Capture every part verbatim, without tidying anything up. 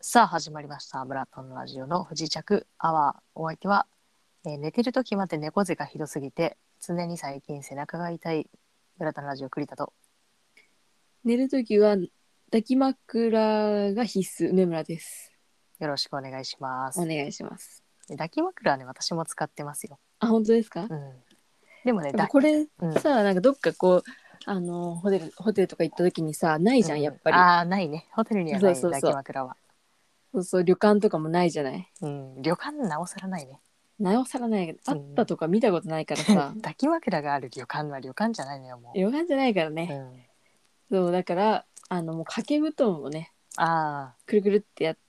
さあ始まりましたブラトンのラジオの不時着アワー。お相手は、えー寝てる時まで猫背がひどすぎて常に最近背中が痛いブラトンラジオ栗田と。 寝るときは抱き枕が必須、梅村です。 よろしくお願いします。 お願いします。 で抱き枕はね私も使ってますよ。 あ、本当ですか？ うん。でもねだやっぱこれうんさ、なんかどっかこう、あの、ホテル、ホテルとか行った時にさ、ないじゃん、やっうん、 ぱり。 ああないね、ホテルにはない抱そうそうそう。 き枕は。 そうそう、旅館とかもないじゃない。 うん、旅館なおさらないね。 なおさらないけど、あったうん、 とか見たことないからさ、 抱き枕がある旅館は旅館じゃないのよも旅館じゃないからう。うね。 ん、 そう、だから、あの、もう掛け布団をね、 ああくるくるってやって、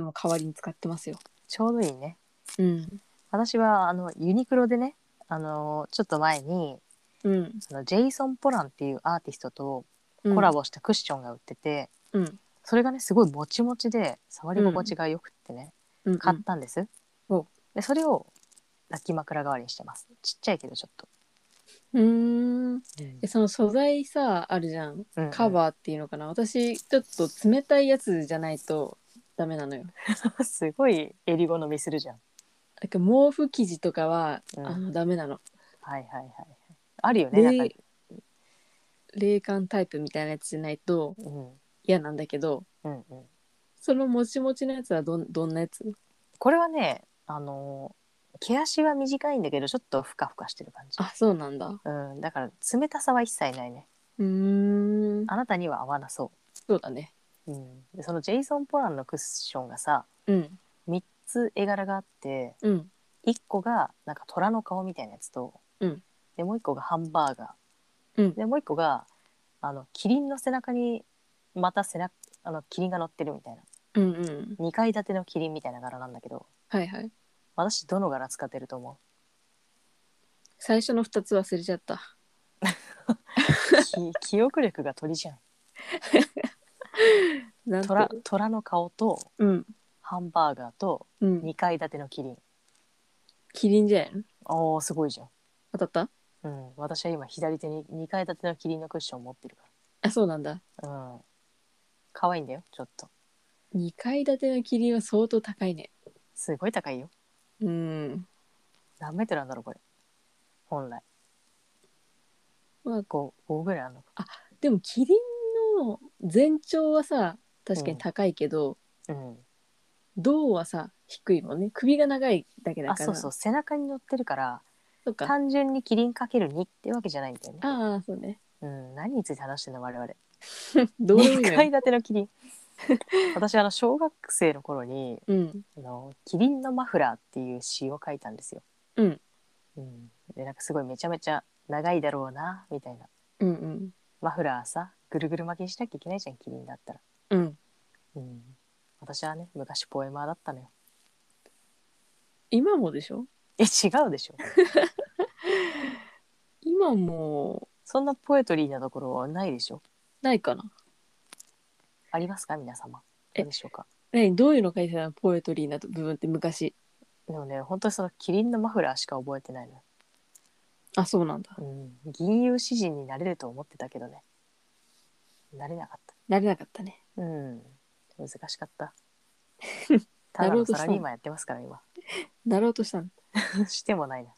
もう代わりに使ってますよ。 ちょうどいいね。 うん。 私はあのユニクロでね、あのちょっと前にうん。 そのジェイソン・ポランっていうアーティストとうん。 コラボしたクッションが売ってて、 うん。 それがねすごいもちもちで触りうん。 心地がよくってね、 うん。う買っん。 たんです。 おでそれを抱き枕代わりにしてます。ちっちゃいけどちょっと。 うーん。 うん、 え、その素材さ、あるじゃん。 うんうカバーっていうのかな。私、ちょっと冷たいやつじゃないとダメなのよ。 んすごい襟好みするじゃん。 なんか毛布生地とかは、 うん、はいあの、ダメなの。 はいはいはい。あるよねなんか。 冷、冷感タイプみたいなやつじゃないとうん嫌なんだけど、 うんうん。 そのもちもちのやつはどん、どんなやつ？ これはねあの毛足は短いんだけどちょっとふかふかしてる感じ。 あ、そうなんだ。 うん、だから冷たさは一切ないね。 うーん。 あなたには合わなそそうだね。 う。うん、でそのジェイソン・ポランのクッションがさうん。 みっつ絵柄があって、 うん。 いっこがなんか虎の顔みたいなやつと、 うん。 でもういっこがハンバーガうん。 ーでもういっこがあのキリンの背中にまた背中あのキリンが乗ってるみたいなうん。うん。 にかい建てのキリンみたいな柄なんだけど、 はいはい。 私どの柄使ってると思最初のふたつ忘れちゃった。 う？き記憶力が鳥じゃん。 なんて。 虎虎の顔とうん。 ハンバーガーとうん。 にかい建てのキリン。 キリンじゃないの？ おーすごいじゃん。 当たった？ うん、私は今左手ににかい建てのキリンのクッションを持ってるかあ、そうなんだ。 ら。うん、可愛いんだよちょっと。 にかい建てのキリンは相当高いね。 すごい高いよ。 うん。 何メートルなんだろうこれ本来。 まあ、 ご、ごぐらいあるのか。 あ、でもキリンの全長はさ、確かにうん高いけど、 うん。 胴はさ、低いもんね。首が長いだけだから。 あそうそう背中に乗ってるからそっか。 単純にキリンかけるにってわけじゃないんだよね。 ああ、そうね。 うん、何について話してんの我々。 どうでもいいの 2 よ。 階建てのキリン。私あの小学生の頃にうん。 あのキリンのマフラーっていう詩を書いたんですよ。 うん。 うん、でなんかすごいめちゃめちゃ長いだろうなみたいな。 うんうん。 マフラーさぐるぐる巻きにしなきゃいけないじゃんキリンだったら。 うん。 うん、私はね昔ポエマーだったのよ。 今もでしょ？ え違うでしょ。 今もそんなポエトリーなところはないでしょ。 ないかな。 ありますか皆様、どうえ、 でしょうか。 何どういうの書いてたの？ポエトリーな部分って昔。 でもね本当にそのキリンのマフラーしか覚えてないのよ。 あ、そうなんだ。 うん、銀融詩人になれると思ってたけどねなれなかっなれなかったね。 た。うん難しかった。たなだのろうとしたの？ サラリーマンやってますから今。 なろうとしたの？ してもないな。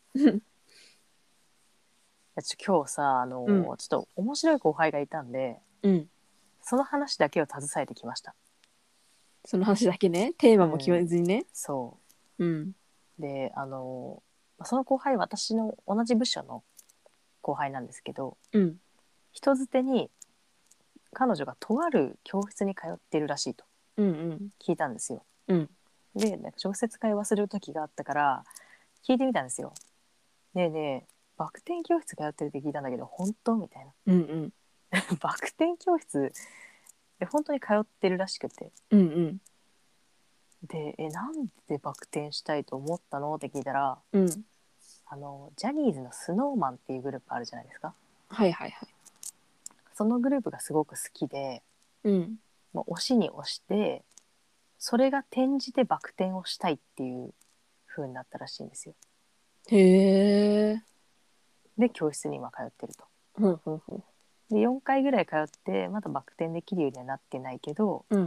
ちょ今日さあのうん。 ーちょっと面白い後輩がいたんでうん。 その話だけを携えてきました。 その話だけね。テーマも決うんめずにね。 そうん。 うであのーその後輩私の同じ部署の後輩なんですけど、 うん。 人づてに彼女がとある教室に通っているらしいとうんうん聞いたんですよ。 うん。 でなんか直接会話する時があったから聞いてみたんですよ。ねえねえバク転教室通ってるって聞いたんだけど本当みたいな。 うんうんバク転教室で本当に通ってるらしくて、 うんうんでえなんでバク転したいと思ったのって聞いたら、 うん。 あのジャニーズのスノーマンっていうグループあるじゃないですか。 はいはいはい。 そのグループがすごく好きで、 うん。 もう推しに推してそれが転じてバク転をしたいっていう風になったらしいんですよ。 へえ。 で教室に今通ってると。 ほうほうほでよんかいぐらい通ってまだバク転できるようにはなってないけど、 う。うん。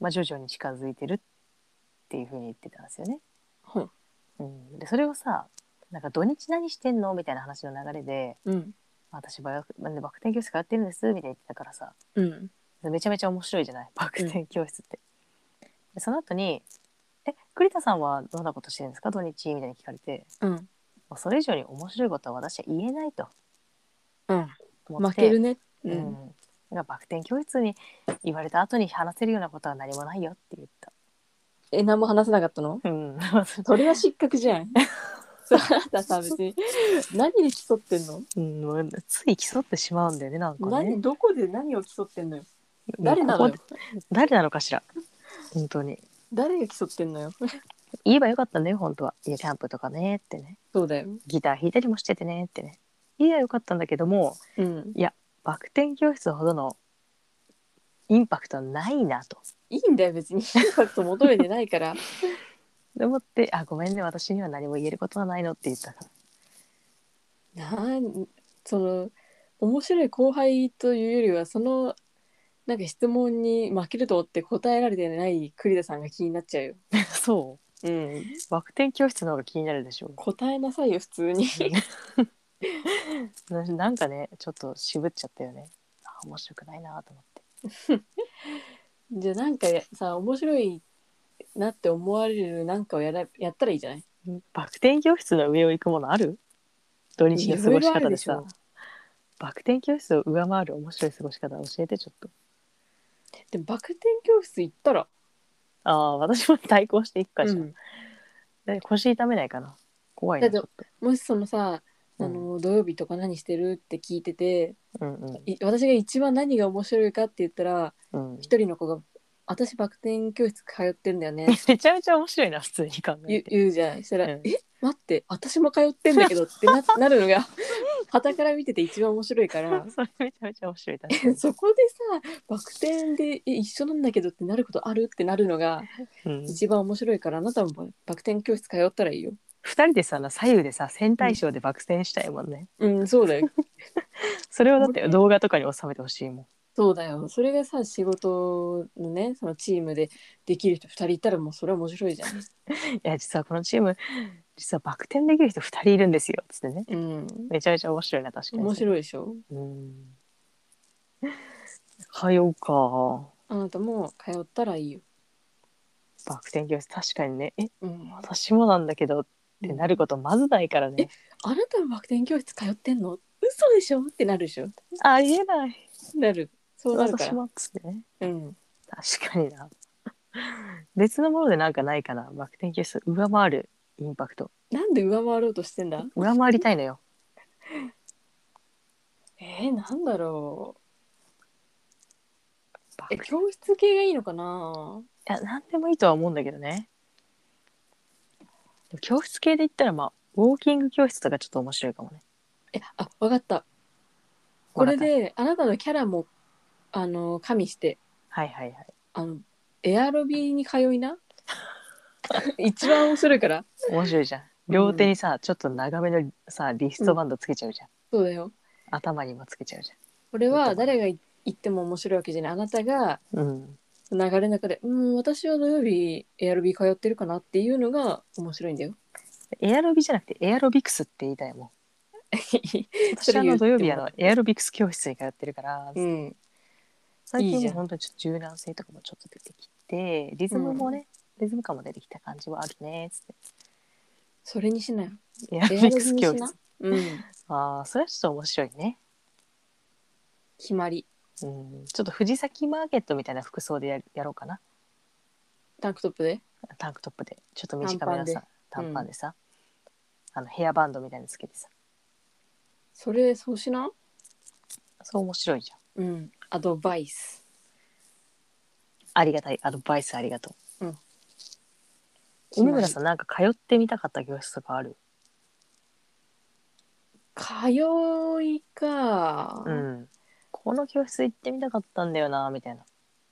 まあ、徐々に近づいてるっていうふうに言ってたんですよね。 はい。 うん、でそれをさなんか土日何してんのみたいな話の流れでうん私バクバク転教室通ってるんですみたいに言ってたからさうんめちゃめちゃ面白いじゃないバクうん転教室って。でその後に「え栗田さんはどんなことしてるんですか土日」みたいに聞かれてうんそれ以上に面白いことは私は言えないとうん思って負けるね。ううん、だからバク転教室に言われた後に話せるようなことは何もないよって言った。 え、何も話せなかったの？ うん、 それは失格じゃん。そう、あなたさ、別に何で競ってんの？ うん、もうつい競ってしまうんだよねなんかね。 何、どこで何を競ってんのよ。 もう誰なのよ。 ここで誰なのかしら本当に。 誰が競ってんのよ。 言えばよかったんだよ本当は。いやキャンプとかねってねそうだよ。 ギター弾いたりもしててねってね言えばよかったんだけどもうん。 いやバク転教室ほどのインパクトはないなといいんだよ、別に。インパクト求めてないから。 思って「あごめんね私には何も言えることはないの」って言ったから。 なんその面白い後輩というよりは、そのなんか質問に負けると思って答えられてない栗田さんが気になっちゃうよ。 そうん。 うバク転教室の方が気になるでしょ。 答えなさいよ、普通に。 私なんかねちょっと渋っちゃったよね。あ面白くないなと思って。 じゃあなんかさ、面白いなって思われるなんかをやらやったらいいじゃない？ バク転教室の上を行くものある？土日の過ごしいろいろある方でさでしょ。 バク転教室を上回る面白い過ごし方教えてちょっと。 でもバク転教室行ったら、 ああ私も対抗していくかじゃん。 うん、 で腰痛めないかな。怖いだってなちょっと。 もしそのさ、あうんの土曜日とか何してるって聞いてて、 うんうんい私が一番何が面白いかって言ったら、 うん。 一人の子が「私バク転教室通ってんだよね」 めちゃめちゃ面白いな普通に考えて。 言う言うじゃん。そしたらうん 「え待って私も通ってんだけど」ってななるのが傍から見てて一番面白いから。 それめちゃめちゃ面白い確かに。 そこでさバク転でえ一緒なんだけどってなることあるってなるのがうん、 一番面白いから、あなたもバク転教室通ったらいいよ。 二人でさ左右でさ線対称でバク転したいもんね。 うん、うん、そうだよ。 それをだって動画とかに収めてほしいもん。 そうだよ。それがさ仕事のね、そのチームでできる人ふたりいたらもうそれは面白いじゃん。 いや実はこのチーム実はバク転できる人ふたりいるんですよつってね。 うん、 めちゃめちゃ面白いな確かに面それ。 白いでしょ。 うん通うか。 あなたも通ったらいいよ。 バク転教室確かにねえうん、 私もなんだけどってなることまずないからね。 あなたもバク転教室通ってんの？嘘でしょってなるでしょ。 ありえないなる。そうなるから。 私もっつってね。 うん。 確かにな。別のものでなんかないかなバク転教室上回るインパクト。 なんで上回ろうとしてんだ？ 上回りたいのよ。 えー、なんだろう。え、 バク教室系がいいのかな？ いや何でもいいとは思うんだけどね。でも教室系で言ったらまあウォーキング教室とかちょっと面白いかもね。 え、あ、わかった。これであなたのキャラもあの加味して、 はいはいはい。 あのエアロビに通いな。一番面白いから。 面白いじゃん。 うん、 両手にさちょっと長めのさリストバンドつけちゃうじゃん。 そうだよ。 頭にもつけちゃうじこれゃん。 は誰が言っても面白いわけじゃない。あなたがうん流れの中で、うん、私は土曜日エアロビ通ってるかなっていうのが面白いんだよ。 エアロビじゃなくてエアロビクスって言いたいもん。 それ私あの言ってもら土曜日あのエアロビクス教室に通ってるから、 うん、 最近いいじゃん。 もう本当にちょっと柔軟性とかもちょっと出てきてリズムもね、リズム感も出てきた感じはあるねつってそれにしなよ。エアロエアロビクビにしな。 ス教室。 うん、 ああそれはちょっと面白いね。 決まり。 うんちょっと藤崎マーケットみたいな服装でややろうかな。 タンクトップでタンクトップでちょっと短めのさ短パンで短パンでさ、あのヘアバンドみたいにつけてさそれそうしな。 そう面白いじゃん。 うんアドバイス。 ありがたいアドバイスありがとう。 うん梅村さんなんか通ってみたかった教室とかある？ 通いか、 うんこの教室行ってみたかったんだよなみたいな。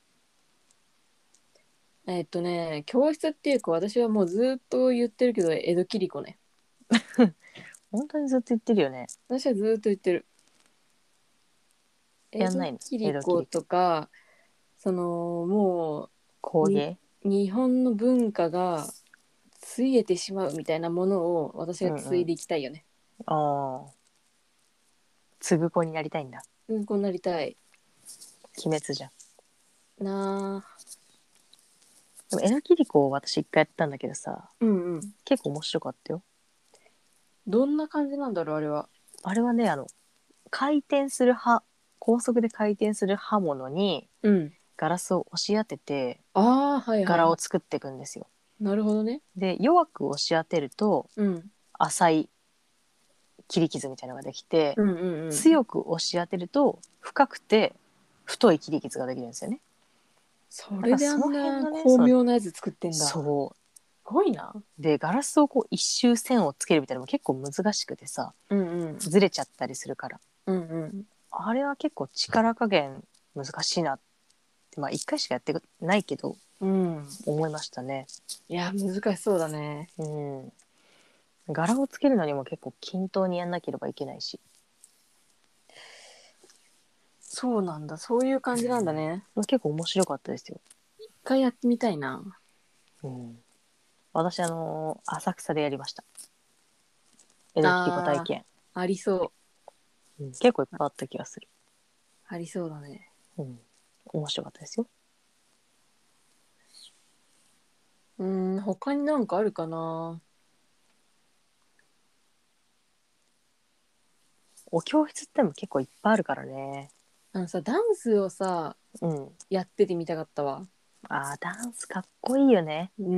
えっとね教室っていうか私はもうずっと言ってるけど江戸切子ね。 本当にずっと言ってるよね。 私はずっと言ってる。江戸やんないの？ 切子とかそのもう工芸。 日本の文化がついえてしまうみたいなものを私が継いでいきたいよね。 ああ。つぐ子になりたいんだ。 うん、こうなりたい鬼滅じゃん。 なあ。 でも、えのきりこを私一回やったんだけどさ、 うんうん。 結構面白かったよ。 どんな感じなんだろうあれは。 あれはね、あの、回転する刃、高速で回転する刃物にうん。 ガラスを押し当てて、 ああ、はいはい柄はい。 を作っていくんですよ。 なるほどね。 で、弱く押し当てると、 うん。 浅い切り傷みたいなのができて、 うんうんうん。 強く押し当てると、深くて太い切り傷ができるんですよね。 それだからそのであんな辺のね、 巧その、 妙なやつ作ってんだ。すそごいな。 う。で、ガラスをこう一周線をつけるみたいなのも結構難しくてさ、 うんうん。 ずれちゃったりするから。 うんうん。 あれは結構力加減難しいなって、まあ一回しかやってないけど、 うん。 思いましたね。 いや、難しそうだね。 うん。柄をつけるのにも結構均等にやんなければいけないし。 そうなんだ。そういう感じなんだね。 まあ、結構面白かったですよ。 一回やってみたいな。 うん。私、あのー浅草でやりました。江戸切子体あ験。 あ、ありそう。 うん、結構いっぱいあった気がする。 ありそうだね。 うん。面白かったですよ。 うーん、他になんかあるかな。 お教室っても結構いっぱいあるからね。 あのさ、ダンスをさ、 うん。 やっててみたかったわ。 ああ、ダンスかっこいいよね。 うん。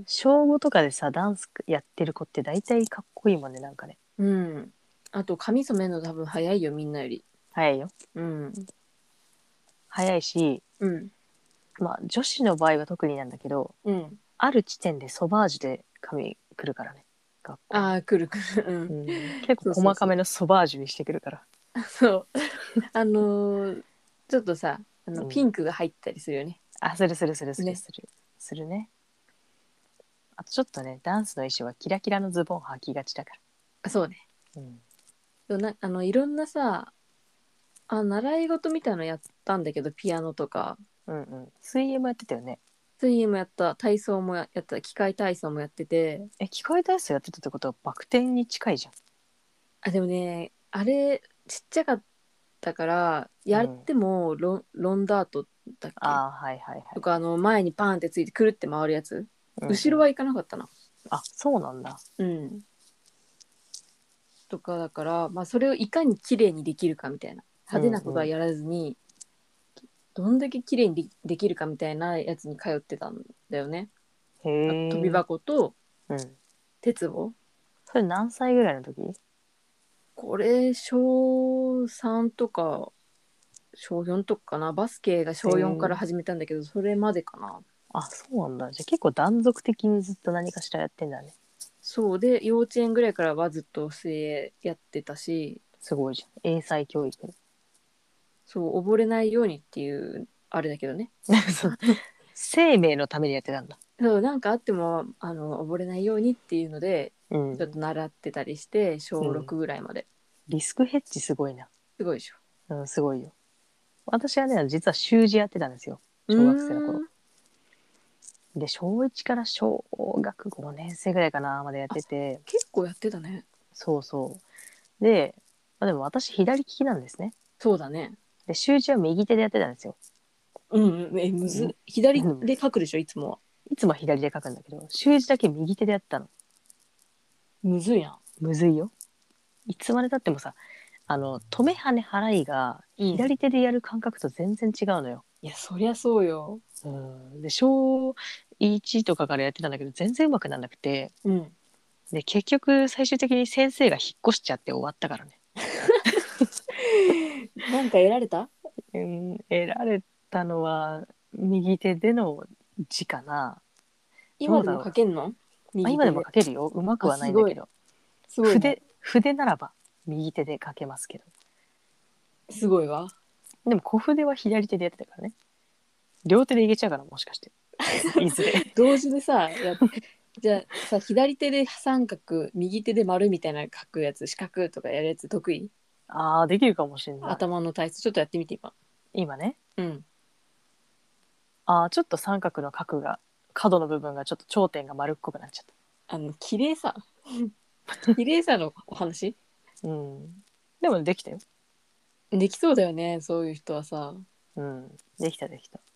小ごとかでさ、ダンスやってる子って大体かっこいいもんね、なんかね。 うん。あと、髪染めるの多分早いよ、みんなより。 早いよ。 うん。 早いし、 うん。 まあ女子の場合は特になんだけど、 うん。 ある地点でソバージュで髪くるからね。学校に。 ああ、くるくる。ううん。 ん、結構そうそうそう。 細かめのソバージュにしてくるから。 そう。あのーちょっとさ、あの、 うん。 ピンクが入ったりするよね。 あ、するするするするね。 する。するね。あとちょっとね、ダンスの衣装はキラキラのズボン履きがちだかあ、そうね。 ら。うん。 でもな、あの、いろんなさ、あ、習い事みたいなのやったんだけど、ピアノとか、 うんうん。水泳もやってたよね。 水泳もやった、体操もややった、機械体操もやってて、 え、機械体操やってたってことはバク転に近いじあ、でもね、あれ、ちっちゃかったから、 ゃん。 やっうん。 てもロン、ロンダートだっけああ、はいはいはい。 とか、あの、前にパーンってついてくるって回るやつ。 うんうん。 後ろは行かなかったな。 あ、そうなんだ。 うん。とかだから、まあ、それをいかに綺麗にできるかみたいな。派手なことはやらずに、どんだけ綺麗にでできるかみたいなやつに通ってたんだよね。 へあと飛びえ。 箱とうん。 鉄棒。 それ何歳ぐらいの時？ これ、小さんとか小よんとかかな。バスケがへ小よんからえ。 始めたんだけど、それまでかな。 あ、そうなんだ。じゃあ結構断続的にずっと何かしらやってんだね。 そうで、幼稚園ぐらいからはずっと水泳やってたし、 すごいじゃん。英才教育。 そう、溺れないようにっていう、あれだけどね。 そう生命のためにやってたんだ。 そう、なんかあっても、あの、溺れないようにっていうので、 うん。 ちょっと習ってたりして、小うん。 ろくぐらいまで。 リスクヘッジすごいな。 すごいでしょ。 うん、すごいよ。私はね、実は習字やってたんですよ。 う小学生の頃。 ーん。 で、小いちから小学ごねん生ぐらいかな、までやっあ、 てて。 結構やってたね。 そうそう。で、まあ、でも私左利きなんですね。 そうだね。 で、習字は右手でやってたんですよ。 うんうん、え、むうんず。左うんで書くでしょ、いつもは。 いつも左で書くんだけど、習字だけ右手でやったの。 むずいな。 むずいよ。いつまでたってもさ、あの、止め跳ね払いがうん。 左手でやる感覚と全然違うのよ。 いや、そりゃそうよ。 うん。で、小いちとかからやってたんだけど、全然うまくなんなくて、 うん。 で、結局最終的に先生が引っ越しちゃって終わったからね。 なんか得られた？ うん、得られたのは右手での字かな。ど今でもうだろう。 書けんの？ あ、今でも右手で。 書けるよ。うまくあ、 はなすごい。 いんだけど。 すごいね。 筆、筆ならば右手で書けますけど。 すごいわ。 でも小筆は左手でやってたからね。両手でいけちゃうから、もしかして。いずれ。 同時でさ、や、じゃあさ、左手で三角、右手で丸みたいな書くやつ、四角とかやるやつ得意？ ああ、できるかもしれない。 頭の体操、ちょっとやってみて今。 今ね。 うん。 あーちょっと三角の角が角の部分がちょっと頂点が丸っこくなっちゃっあの綺麗さ綺麗さのお話た。うんでもできたよ。 できそうだよね、そういう人はさ。 うんできたできた。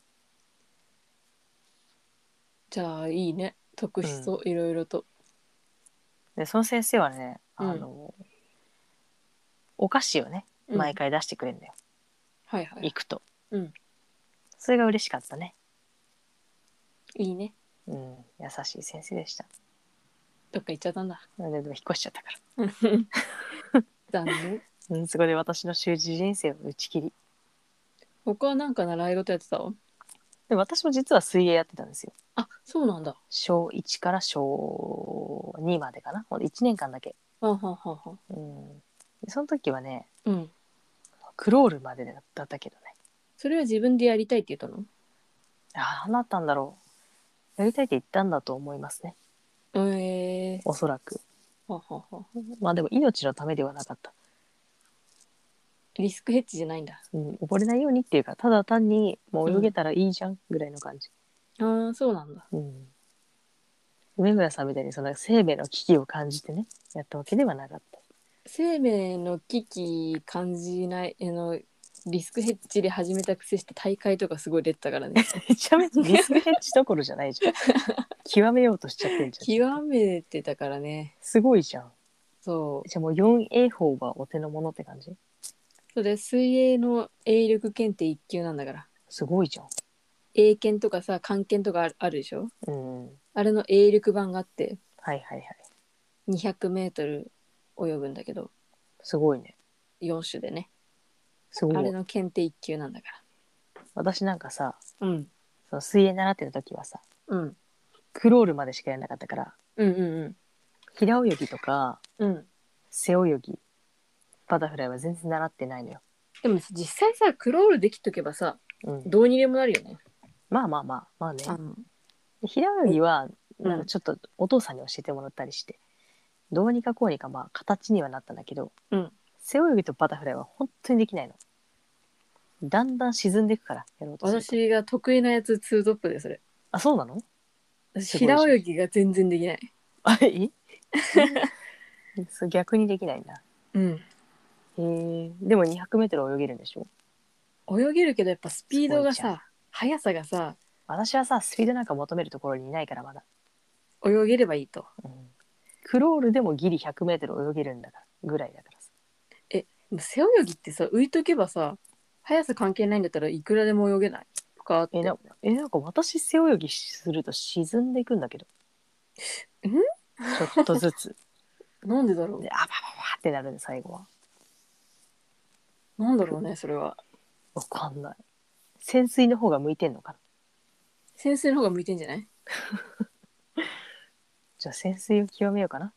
じゃあいいね、得しそう、いろいろと。 でその先生はねうんあの、お菓子をねうん毎回出してくれるんだよ、 はいはい。 行くと。 うんそれが嬉しかったね。 いいね。 うん優しい先生でした。 どっか行っちゃったんだ。 なんででも引っ越しちゃったから。 残念。 うん、そこで私の習字人生を打ち切り。 他はなんか習い事やってたわ。 で私も実は水泳やってたんですよ。 あ、そうなんだ。 小いちから小にまでかな。ほんでいちねんかんだけ。 はははは。 うん、でその時はねうん。 クロールまでだったけどね。 それは自分でやりたいって言ったの？ ああなったんだろう。やりたいって言ったんだと思いますね。 ええおそらく。 ー。ははは。 まあでも命のためではなかった。 リスクヘッジじゃないんだ。 うん、溺れないようにっていうかただ単にもう泳げうん。 たらいいじゃんぐらいの感じ。 ああ、そうなんだ。 うん、梅村さんみたいにその生命の危機を感じてねやったわけではなかった。 生命の危機感じない、あの、リスクヘッジで始めたくせして大会とかすごい出てたからね。 めちゃめちゃリスクヘッジどころじゃないじゃん。極めようとしちゃってんじゃん。ちょっと極めてたからね。 すごいじゃん。 そう。 じゃあもう よんエー 法はお手の物って感じ。 それ水泳の泳力検定一級なんだから。 すごいじゃん。 英検とかさ、漢検とかあるあるでしょ？ うん。 あれの泳力版があって、 はいはいはい。 にひゃくメートル泳ぐんだけど、 すごいね。 よん種でね。 すごい。 あれの検定一級なんだか私なんかさ、 ら。うん。 その水泳習ってた時はさ、 うん。 クロールまでしかやらなかったから、 うんうん平泳ぎとかうん。うん。 背泳ぎ、バタフライは全然習ってないのよ。 でも実際さ、クロールできとけばさ、 うん。 どうにでもなるよね。 まあまあまあ、まあね。 あの、 平泳ぎは、 うんなんかちょっとお父さんに教えてもらったりして、どうにかこうにかまあ形にはなったんだけど、 うん。 背泳ぎとバタフライは本当にできないの。だんだん沈んでいくから、やろうとすると。 私が得意なやつツートップでそれ。 あ、そうなの？ 私すごいじゃん。 平泳ぎが全然できない。 あ、えそう逆にできないんだ。 うん。 へえ。でもにひゃくメートル泳げるんでしょ？ 泳げるけどやっぱスピーすごいじゃん。 ドがさ、速さがさ、 私はさ、スピードなんか求めるところにいないからまだ。 泳げればいいと。 うん、クロールでもギリひゃくメートル泳げるんだから、ぐらいだからさ。 え、背泳ぎってさ、浮いとけばさ、速さ関係ないんだったらいくらでも泳げないとかって。 えなえなんか私背泳ぎすると沈んでいくんだけど、 んちょっとずつなんでだろであばばばってなるん最後は。 う。なんだろうね、それは。 わかんない。潜水の方が向いてんのかな。 潜水の方が向いてんじゃない？ じゃあ潜水を極めようかな。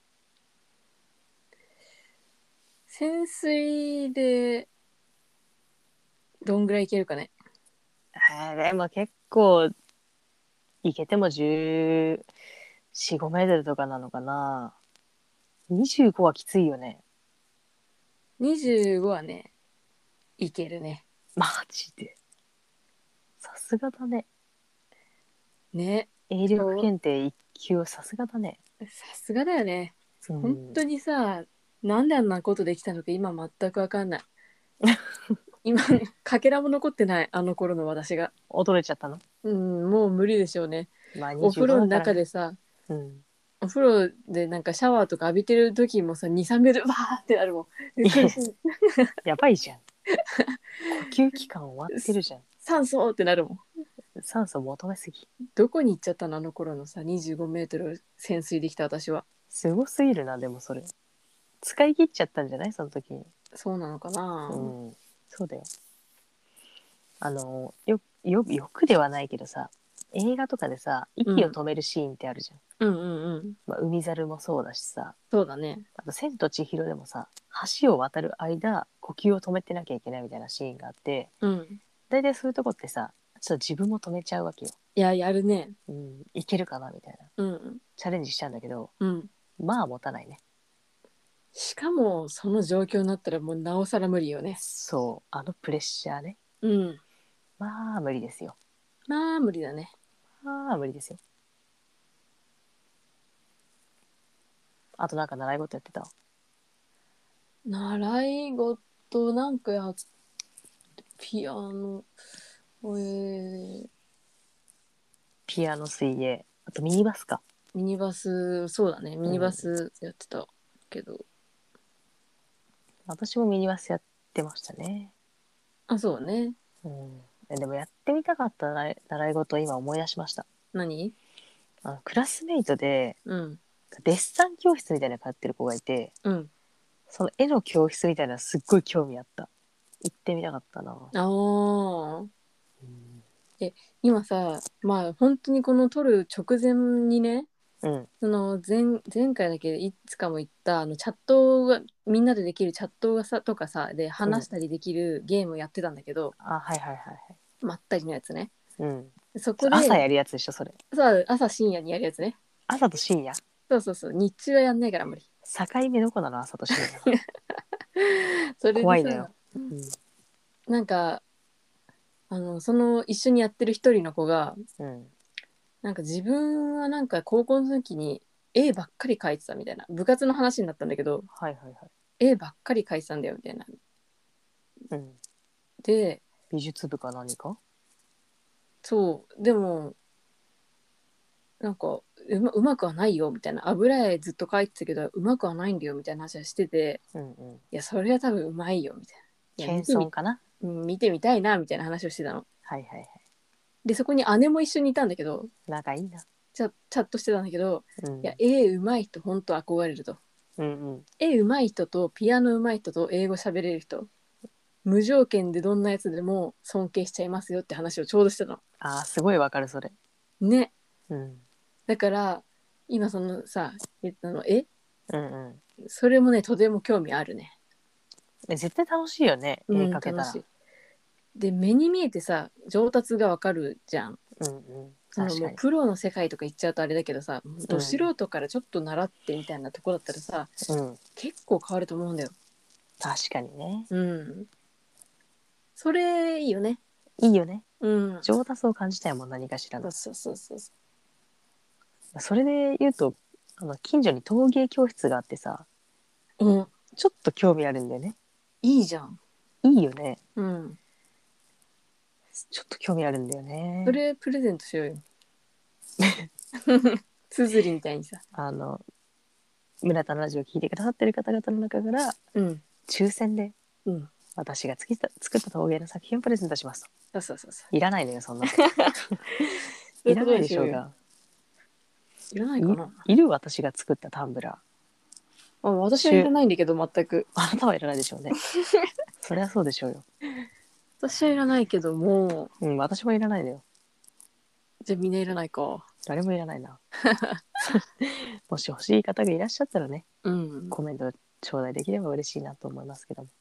潜水でどんぐらいいけるかね。 えー、でも結構いけてもじゅうよん、ごメートルとかなのかな。にじゅうごはきついよね。 にじゅうごはね、いけるね。 マジで。さすがだね。 ね。 泳力そう。 検定いっ級はさすがだね。 さすがだよね。 う本当ん。 にさ、なんであんなことできたのか今全くわかんない。今、かけらも残ってない、あの頃の私が。 驚いちゃったの？ うん、もう無理でしょうね。 まあお風にじゅうご呂のだからね。 中でさ、 うん。 お風呂でなんかシャワーとか浴びてる時もさ、に、さんメートル、わーってなるもん。で苦しい。 やばいじゃん。呼吸器官終わってるじゃん。 酸素ってなるもん。 酸素求めすぎ。 どこに行っちゃったのあの頃のさ、にじゅうごメートル潜水できた私は。 すごすぎるな、でもそれ。使い切っちゃったんじゃないその時に。 そうなのかな。 うん。そうだよ。あの、よ、よ、よくではないけどさ、映画とかでさ、息を止めるシーンってあるじゃん。 うんうんうん。 まあ、海猿もそうだしさ、 そうだね。 あと、千と千尋でもさ、橋を渡る間、呼吸を止めてなきゃいけないみたいなシーンがあって、 うん。 大体そういうとこってさ、ちょっと自分も止めちゃうわけよ。 いや、やるね。 うん、いけるかなみたいな。 うんチャレンジしちゃうんだけど、 うん。 まあ持たないね。 しかも、その状況になったらもうなおさら無理よね。 そう、あのプレッシャーね。 うん。 まあ無理ですよ。 まあ無理だね。 ああ無理ですよ。あとなんか習い事やってた？ 習い事なんかやピアノ、えー、 ピアノ、水泳、あとミニバスか。 ミニバス、そうだね、ミニバうん。 スやってたけど。 私もミニバスやってましたね。 あ、そうね。 うん。えでもやってみたかった習い習い事を今思い出しました。 何？ あのクラスメイトでうん。 デッサン教室みたいなの通ってる子がいて、 うん。 その絵の教室みたいなのすっごい興味あった。行ってみたかったな。 ああ。 うん。 え、今さ、まあ本当にこの撮る直前にね、 うん。 その前、前回だけいつかも言ったあのチャットがみんなでできるチャットがさとかさでうん。 話したりできるゲームをやってたんだけど、 あ、はいはいはいはい。 まったりのやつね。 うん。 そこで朝やるやつでしょ、それ。 さ朝深夜にやるやつね。 朝と深夜。 そうそうそう、日中はやんないから無理。 境目どこなの、朝と深夜の。 それでさ、 怖いのよ。うん。 なんかあのその一緒にやってる一人の子がうん。 なんか自分はなんか高校の時に絵ばっかり描いてたみたいな、部活の話になったんだけど、 はいはいはい。 絵ばっかり描いてたんだよみたいな。 うん。 で、 美術部か何か？ そうでもなんかうま、うまくはないよみたいな、油絵ずっと描いてたけどうまくはないんだよみたいな話はしてて、 うんうん。 いやそれは多分うまいよみたいな、いや見てみ、 謙遜かな？ うん、見てみたいなみたいな話をしてたの。 はいはいはい。 でそこに姉も一緒にいたんだけど、 仲いいな。 チャ、チャットしてたんだけど、 うん。 いや絵うまい人ほんと憧れると、 うんうん。 絵うまい人とピアノうまい人と英語喋れる人、無条件でどんなやつでも尊敬しちゃいますよって話をちょうどしてたのあー、すごいわかる、それ。 ね。 うん。 だから今そのさ言ったの絵、 うんうん。 それもねとても興味あるね。 え絶対楽しいよね、 う絵ん、 描けたら。 楽しい。で目に見えてさ上達がわかるじゃん。 うんうん。 その確かに。 もうプロの世界とか行っちゃうとあれだけどさ、ど素うん。 人からちょっと習ってみたいなとこだったらさうん。 結構変わると思うんだよ。 確かにね。 うん、それいいよね。 いいよね。 うん、 上達を感じたいもん、何かしらの。 そうそうそうそうそそれで言うと、あの、近所に陶芸教室があってさ、 う。うん、 ちょっと興味あるんだよね。 いいじゃん。 いいよね。 うん、 ちょっと興味あるんだよそね。 れプレゼントしようよ。つづりみたいにさ。 あの、村田のラジオを聞いてくださってる方々の中からうん、 抽選でうん、 私が作った作った陶芸の作品をプレゼントしますと。 そうそうそうそう。 いらないのよ、そんなの。 そういうこいらないとにしようよ。 でしょうが。 いらないかいな。 いる私が作ったタンブラあ、 ー。 私はいらしゅないんだけど、全く。 あなたはいらないでしょうね。そりゃそうでしょうよ。 私はいらないけども、 うん、私もいらないのよ。 じゃあみんないらないか。 誰もいらないな。もし欲しい方がいらっしゃったらね、 うん。 コメント頂戴できれば嬉しいなと思いますけども。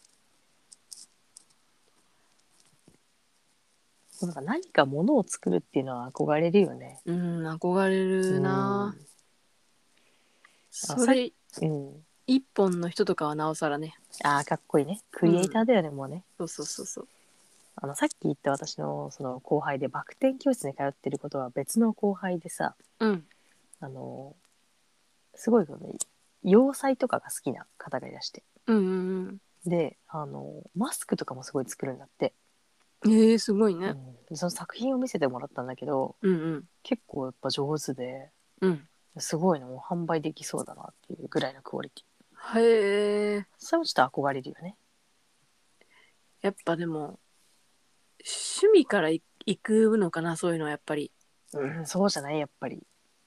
なんか何かものを作るっていうのは憧れるよね。 うん、憧れうるな。 ん。あ、さっき、 それ、 うん。 一本の人とかはなおさらね。 あーかっこいいね。クリエイターだよね、もうね。 そうそうそうそう。 あの、さっき言った私のその後輩でバク転教室に通ってることは別の後輩でさ、 うん。 あの、すごいこの洋裁とかが好きな方がいらして。 うんうんで、あの、マスクとかもすごい作るんだって。 うん。えー、すごいね。 うん、でその作品を見せてもらったんだけど、 うんうん。 結構やっぱ上手で、 うん。 すごいのもう販売できそうだなっていうぐらいのクオリティ。 へえ。 それもちょっと憧れるよね。 やっぱでも、趣味からい行くのかな、そういうのはやっぱり。 うん、そうじゃないやっぱり。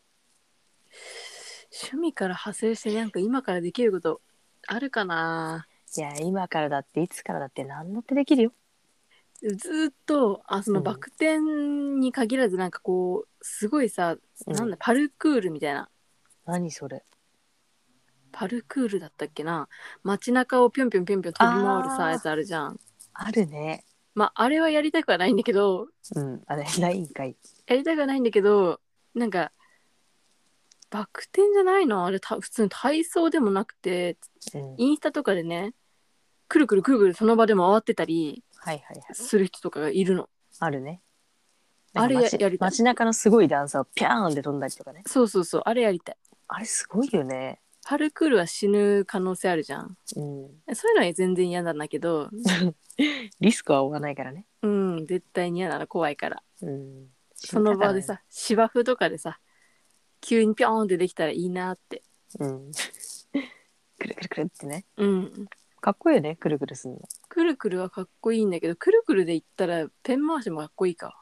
趣味から派生してなんか今からできることあるかな。 いや、今からだっていつからだって何だってできるよ。 ずーっとあそのバうん。 ク転に限らずなんかこうすごいさ、なんだうん。 パルクールみたいな、 何それ。 パルクールだったっけな、街中をぴょんぴょんぴょんぴょん飛び回るさやあー、 つあるじゃん。 あるね。 まああれはやりたくはないんだけど、 うん。あれ、ないんかい。 やりたくはないんだけど、なんかバク転じゃないのあれ、た普通に体操でもなくて、 うん。 インスタとかでね、くるくるくるくるその場で回ってたりはいはいはい。 する人とかがいるの。 あるね。 あれやなんか街やりたい。 街中のすごい段差をピャーンって飛んだりとかね。 そうそうそう、あれやりたい。 あれすごいよね。 パルクールは死ぬ可能性あるじゃん。 うん。 そういうのは全然嫌なんだけど、 リスクは負わないからね。 うん、絶対に嫌なの怖いから。 うん。死そにたかない。 の場でさ、芝生とかでさ、急にピョーンってできたらいいなって。 うん。くるくるくるってね。 うん。 かっこいいよね、くるくるすんの。 くるくるはかっこいいんだけど、くるくるで言ったらペン回しもかっこいいか。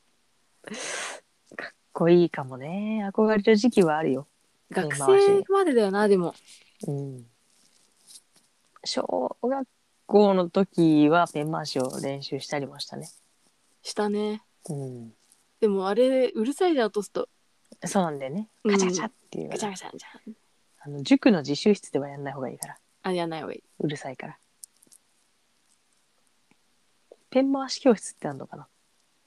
かっこいいかもね。憧れる時期はあるよ。ペ学ン回しに。 生までだよな、でも。 うん。小学校の時はペン回しを練習したりもしたね。 したね。 うん。 でもあれ、うるさいじゃん、落とすと。 そうなんだよね。 うん。 カチャカチャっていうかガチャら。 ガチャじゃん。 あの、塾の自習室ではやんない方がいいから。 あ、やんない方がいい。 うるさいから。ペン回し教室ってあるのかな。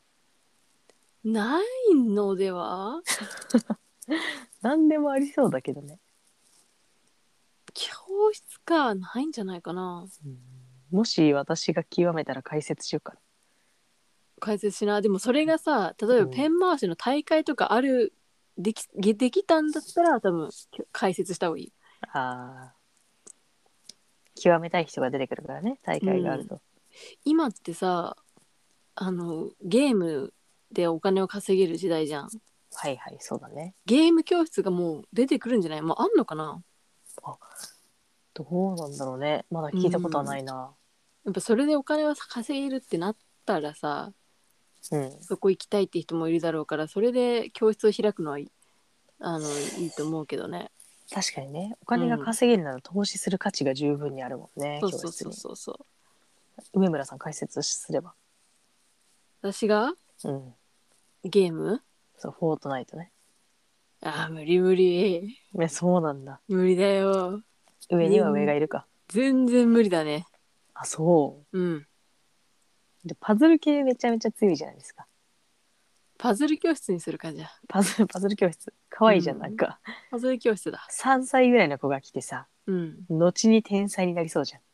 ないのでは？ 何でもありそうだけどね。 教室か、ないんじゃないかな。 うん、もし私が極めたら解説しようか解説しな。でもそれがさ、例えな。 ばペン回しの大会とかある、でき、できたんだったら多分解説した方がいい。 ああ、極めたい人が出てくるからね、大会があると。 今ってさ、あの、ゲームでお金を稼げる時代じゃん。 はいはい、そうだね。 ゲーム教室がもう出てくるんじゃない？もうあんのかな？ あ、どうなんだろうね。まだ聞いたことはないな。 やっぱそれでお金を稼げるってなったらさ、 うん。 そこ行きたいって人もいるだろうから、それで教室を開くのは、あの、いいと思うけどね。 確かにね、おう金がん。 稼げるなら投資する価値が十分にあるもんね、 そうそうそう教室に。 そうそう。 梅村さん解説すれば。 私がうん。 ゲームそう、フォートナイトね。 あー、無理無理。 ね、そうなんだ。 無理だよ。 上には上がいるか。 全然無理だね。 あ、そうん。 う。で、パズル系めちゃめちゃ強いじゃないですか。 パズル教室にするかじゃあ。 パズル、パズル教室。かわいいじゃん、 うんなんか。 パズル教室だ。 さんさいぐらいの子が来てさ、 うん。 後に天才になりそうじゃん。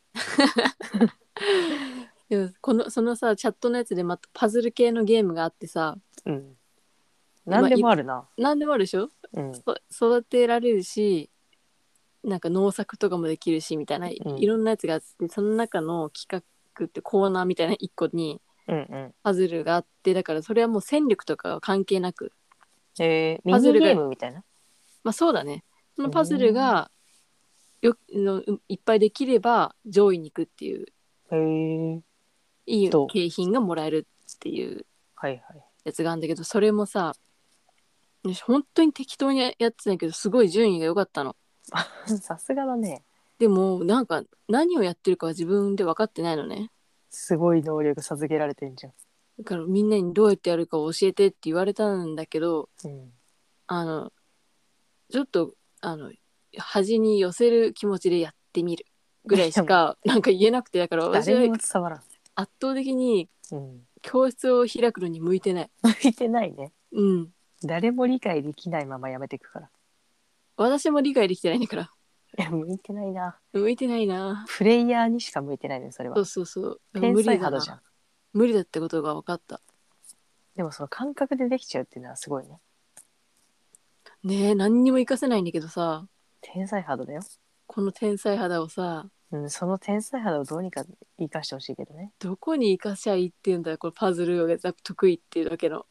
でもこのそのさチャットのやつでまたパズル系のゲームがあってさ、 うん。なんでもあるな。 何でもあるでしょ。 うん。 そ育てられるし、なんか農作とかもできるしみたいな、 うんいろんなやつがあって、その中の企画ってコーナーみたいな一個にうんうんパズルがあって、だからそれはもう戦力とかは関係なく、 えー、ミパズルが、 ニゲームみたいな。 まあそうだね、そのパズルうがよのいっぱいできれば上位に行くっていう、 ーん。へえ。 いいどう景品がもらえるっていうはいはい。 やつがあるんだけど、それもさ、本当に適当にやってたんだけど、すごい順位が良かったの。 さすがだね。 でもなんか何をやってるかは自分で分かってないのね。 すごい能力授けられてんじゃん。 だからみんなにどうやってやるかを教えてって言われたんだけど、 うん。 あのちょっとあの端に寄せる気持ちでやってみるぐらいしかなんか言えなくて、だから私は誰にも伝わらん。 圧倒的にうん。 教室を開くのに向いてない。 向いてないね。 うん。 誰も理解できないままやめていくから。 私も理解できてないんだから。 いや、向いてないな。 向いてないな。 プレイヤーにしか向いてないね、それは。 そうそうそう。 天無理だ才肌じゃん。 な。無理だってことが分かった。 でもその感覚でできちゃうっていうのはすごいね。 ねえ、何にも活かせないんだけどさ、 天才肌だよ。 この天才肌をさ、 うん、その天才肌をどうにか生かしてほしいけどね。 どこに活かしゃいいっていうんだよ、これパズルが得意っていうだけの。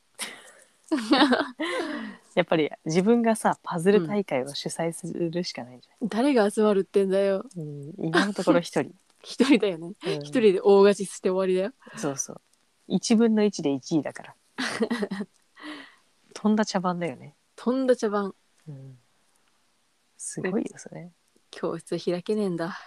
やっぱり自分がさ、パズルうん。 大会を主催するしかないんじゃ誰が集まるってんだよ。 ない、うん、今のところ一人。 一人だよね。 うん、 一人で大勝ちして終わりだよ。 そうそう。一分の一で一位だから。とんだ茶番だよね。 とんだ茶番。 うん、すごいよ、それ。 教室開けねえんだ。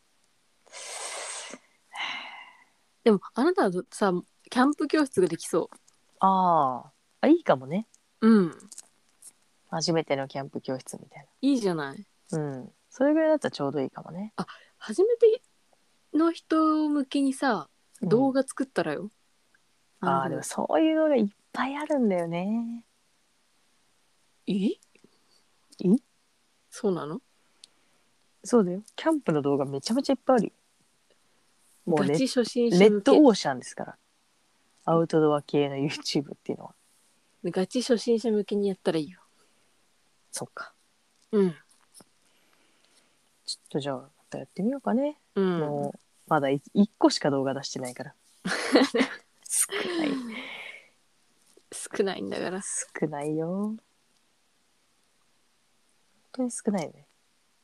でもあなたはさ、キャンプ教室ができそあーあ、いいかもね。 う。うん。 初めてのキャンプ教室みたいいいじゃない。 な。うん。それぐらいだったらちょうどいいかもね。 あ、初めての人向けにさ、 うん、 動画作ったらよ。 ああ、でもそういうのがいっぱいあるんだよね。 ええそうなの？ そうだよ。キャンプの動画めちゃめちゃいっぱいあるよ。もうレガチ初心レッド者向け。 オーシャンですから。アウトドア系の YouTube っていうのは。 ガチ初心者向けにやったらいいよ。 そっか。 うん。 ちょっとじゃあまたやってみようかね。 うん。 もうまだいいっこしか動画出してないから少ない少ないんだから。 少ないよ。本当に少ないよね。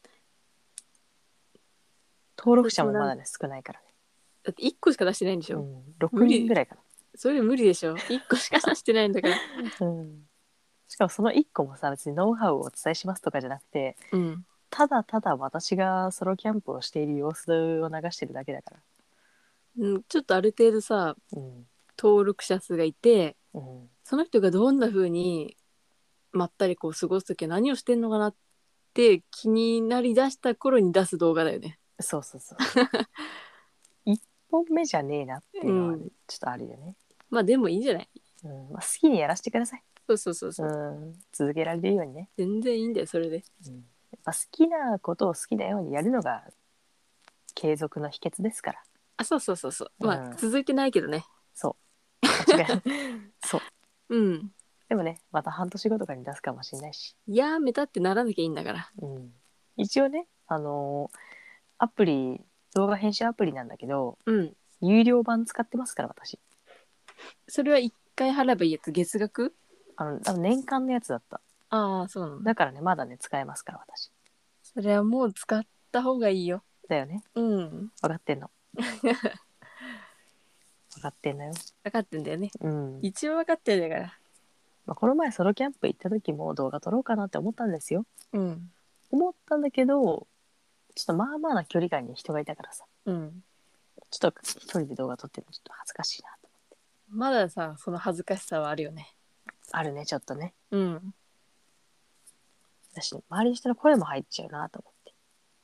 登録者もまだね少ないからね。 だっていっこしか出してないんでしょ。 うん、ろくにんぐらいかそれ無理でしょ。いっこしか出してないんだから。 な。うん。しかもそのいっこもさ、別にノウハウをお伝えしますとかじゃなくて、 うん。 ただただ私がソロキャンプをしている様子を流してるだけだから。 うん、ちょっとある程度さ、 うん登録者数がいて、 うんその人がどんな風にまったりこう過ごすときは何をしてんのかなって気になりだした頃に出す動画だよね。 そうそうそうそういっぽんめじゃねえなっていうのは、ねうんちょっとあるよね。 まあでもいいんじゃない。 うんまあ、好きにやらせてください。 そうそうそうそうう。 ん続けられるようにね。 全然いいんだよ、それで。 うんやっぱ好きなことを好きなようにやるのが継続の秘訣ですから。 あ、そうそうそうそう。まあうん続いてないけどね。 そう間違いないそううん。 でもねまた半年後とかに出すかもしれないし、 やめたってならなきゃいいんだから。 うん、一応ねあのーアプリ動画編集アプリなんだけどうん。 有料版使ってますから私。 それは一回払えばいいやつ、月額。 あの多分年間のやつだった。 ああ、そうなの。 だからねまだね使えますから私。 それはもう使った方がいいよ。 だよね。 うん。 分かってんの分かってんのよ。 分かってんだよね。 うん一応分かってるんだから。 まあ、この前ソロキャンプ行った時も動画撮ろうかなって思ったんですよ。 うん。 思ったんだけどちょっとまあまあな距離感に人がいたからさ、 うん。 ちょっと一人で動画撮ってるのちょっと恥ずかしいなと。 まださ、その恥ずかしさはあるよね。 あるねちょっとね。 うん。 私周りの人の声も入っちゃうなと思って。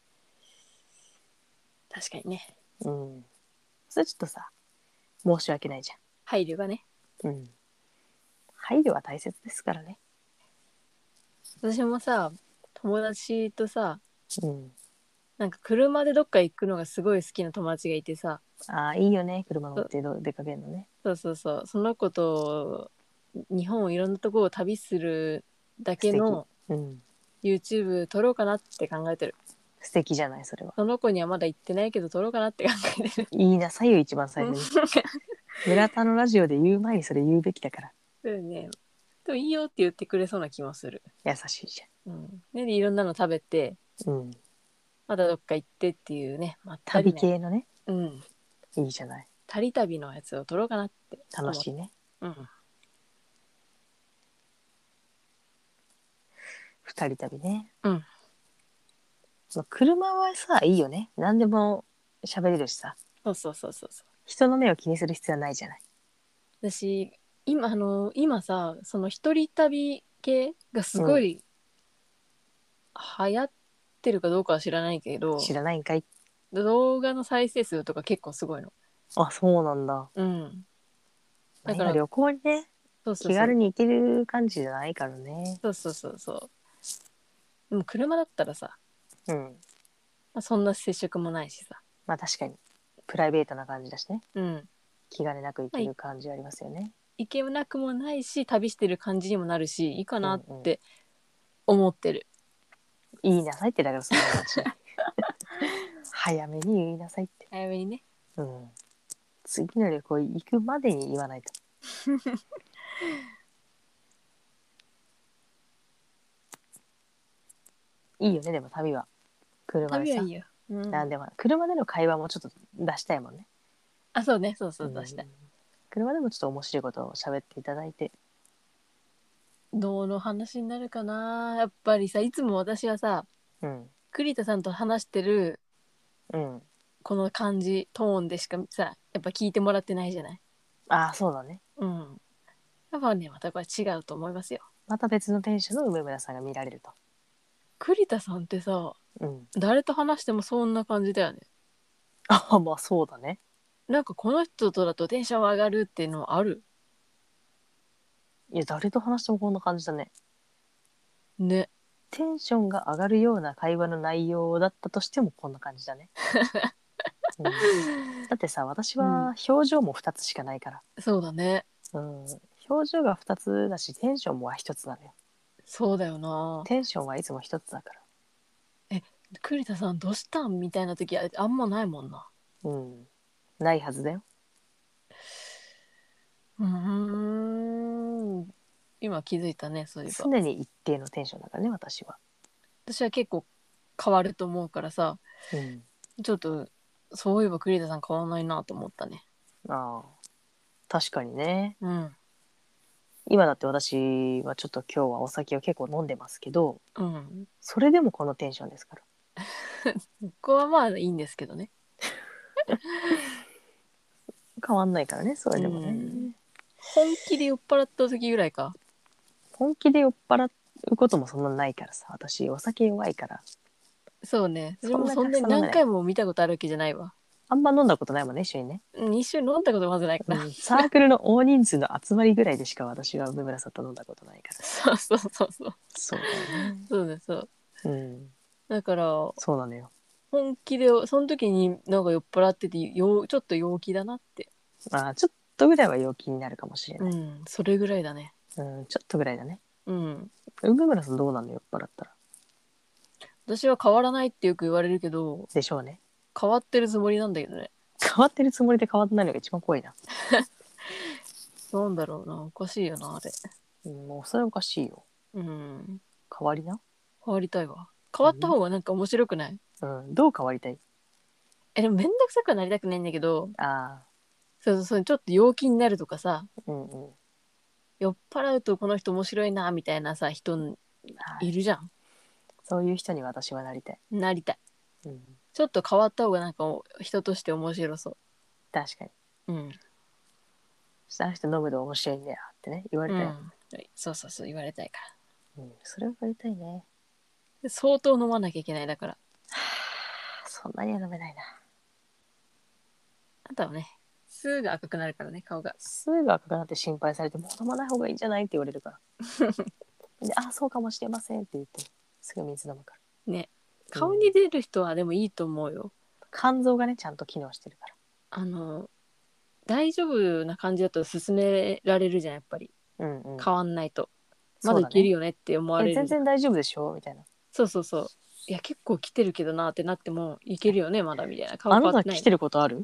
確かにね。 うんそれちょっとさ申し訳ないじ配慮がね。 ゃん。うん配慮は大切ですからね。 私もさ、友達とさ、 うんなんか車でどっか行くのがすごい好きな友達がいてさ、 ああいいよね車乗って出かけるのね。 そうそうそう、その子と日本いろんなところを旅するだけのうん YouTube 撮ろうかなって考えてる。 素敵じゃないそれは。 その子にはまだ行ってないけど撮ろうかなって考えてる。 いいなさいよ一番最初に村田のラジオで言う前にそれ言うべきだから。 そうね。でもいいよって言ってくれそうな気もする。 優しいじうん。で、でいろんなの食べて、 ゃん。うんまたどっか行ってっていうね、まった旅りね。 系のねうん。 いいじゃない。 たり旅のやつを撮ろうかなって思う。 楽しいね。 うん。 二人旅ね。 うん。 まあ車はさいいよね。何でも喋れるしさそうそうそうそうそう。 人の目を気にする必要はないじゃない。 私、今、あの、今さ、その一人旅系がすごい流行ってるかどうかは知らないけど、 知らないんかい。 動画の再生数とか結構すごいの。 あそうなんだ。 うん。 まあだから、 今旅行にねそうそうそう。 気軽に行ける感じじゃないからね。 そうそうそうそう。でも車だったらさ、 うんまあ、そんな接触もないしさ。 まあ確かにプライベートな感じだしね。 うん。 気兼ねなく行ける感じありますよね。 行けなくもないし、旅してる感じにもなるし、いいかなっうんうんて思ってる。 言いなさいってだからその話早めに言いなさいって。 早めにね。 うん次の旅行行くまでに言わないと。いいよねでも旅は車でさ旅はいいよ。うん、 なんでも車での会話もちょっと出したいもんね。 あ、そうね。そうそう、 うん出したい。 車でもちょっと面白いことを喋っていただいて。 どの話になるかな。やっぱりさ、いつも私はさ、 うん栗田さんと話してるうんこの感じ、トーンでしかさ、やっぱ聞いてもらってないじゃない。 ああそうだね。 うん。やっぱね、またこれ違うと思いますよ。 また別のテンションの梅村さんが見られると。 栗田さんってさ、 うん誰と話してもそんな感じだよね。 ああまあそうだね。 なんかこの人とだとテンション上がるっていうのあるいや誰と話してもこんな感じだね。 ね。 テンションが上がるような会話の内容だったとしてもこんな感じだね。うん、だってさ私は表情もふたつしかないから、 そうだね。 うん、 表情がふたつだしテンションもひとつなのよ。 そうだよな。 テンションはいつもひとつだから。 え、栗田さんどうしたんみたいな時あんまないもんな。 うんないはずだよ。 うーん。今気づいたね、そういえば。 常に一定のテンションだからね私は。 私は結構変わると思うからさ、 うんちょっとそういえば栗田さん変わらないなと思ったね。 ああ確かにね。 うん。 今だって私はちょっと今日はお酒を結構飲んでますけど、 うん。 それでもこのテンションですから。 ここはまあいいんですけどね。 変わんないからねそれうでもね。 ん。本気で酔っ払った時ぐらいか。 本気で酔っ払うこともそんなないからさ、私お酒弱いからそうね。それそんなもそんなにたくさん飲めない。 何回も見たことあるわけじゃないわ。 あんま飲んだことないもんね一緒にね。 うん、一緒に飲んだことまずないから。 うん、サークルの大人数の集まりぐらいでしか私は梅村さんと飲んだことないから。 そうそうそうそう。 そうだよね。 そうね、そう。 うんだから、 そうなのよ。 本気で、その時になんか酔っ払ってて、よちょっと陽気だなって。 まあちょっとぐらいは陽気になるかもしれない。 うん、それぐらいだね。 うん、ちょっとぐらいだね。 うん。 梅村さんどうなの酔っ払ったら。 私は変わらないってよく言われるけど、 でしょうね。 変わってるつもりなんだけどね。 変わってるつもりで変わってないのが一番怖いな。 なんだろうな、おかしいよな、あれ。 うん、もうそれはおかしいよ。 うん。 変わりな。 変わりたいわ。変わった方がなんか面白くない？ うん、どう変わりたい？ え、でもめんどくさくはなりたくないんだけど、 ああ、 そうそうそう、ちょっと陽気になるとかさ、 うんうん。 酔っ払うとこの人面白いな、みたいなさ、人はい。 いるじゃん。 そういう人に私はなりたい。 なりたい。 うん、 ちょっと変わった方がなんか人として面白そ確かに。 う。うん。 あの人飲むと面白いんだよってね、言われたよ。 うん。そうそうそう、言われたいかうん、それは言われたいね。 ら。相当飲まなきゃいけないだから。 そんなには飲めないな。 あとはね、すぐ赤くなるからね、顔が。 すぐ赤くなって心配されて、もう飲まない方がいいんじゃないって言われるから。で、あ、そうかもしれませんって言って、すぐ水飲むから。 ね。顔に出る人はでもいいと思うよ。 肝臓がね、ちゃんと機能してるから。 あの、大丈夫な感じだと勧められるじゃん、やっぱり。 うんうん。 変わんないと。まだいそうだね。 けるよねって思わえ、 れるじゃん。 全然大丈夫でしょみたいな。 そうそうそう。いや、結構来てるけどなってなっても、いけるよね、まだみたいな。顔あ変わってないの。 なた来てることある？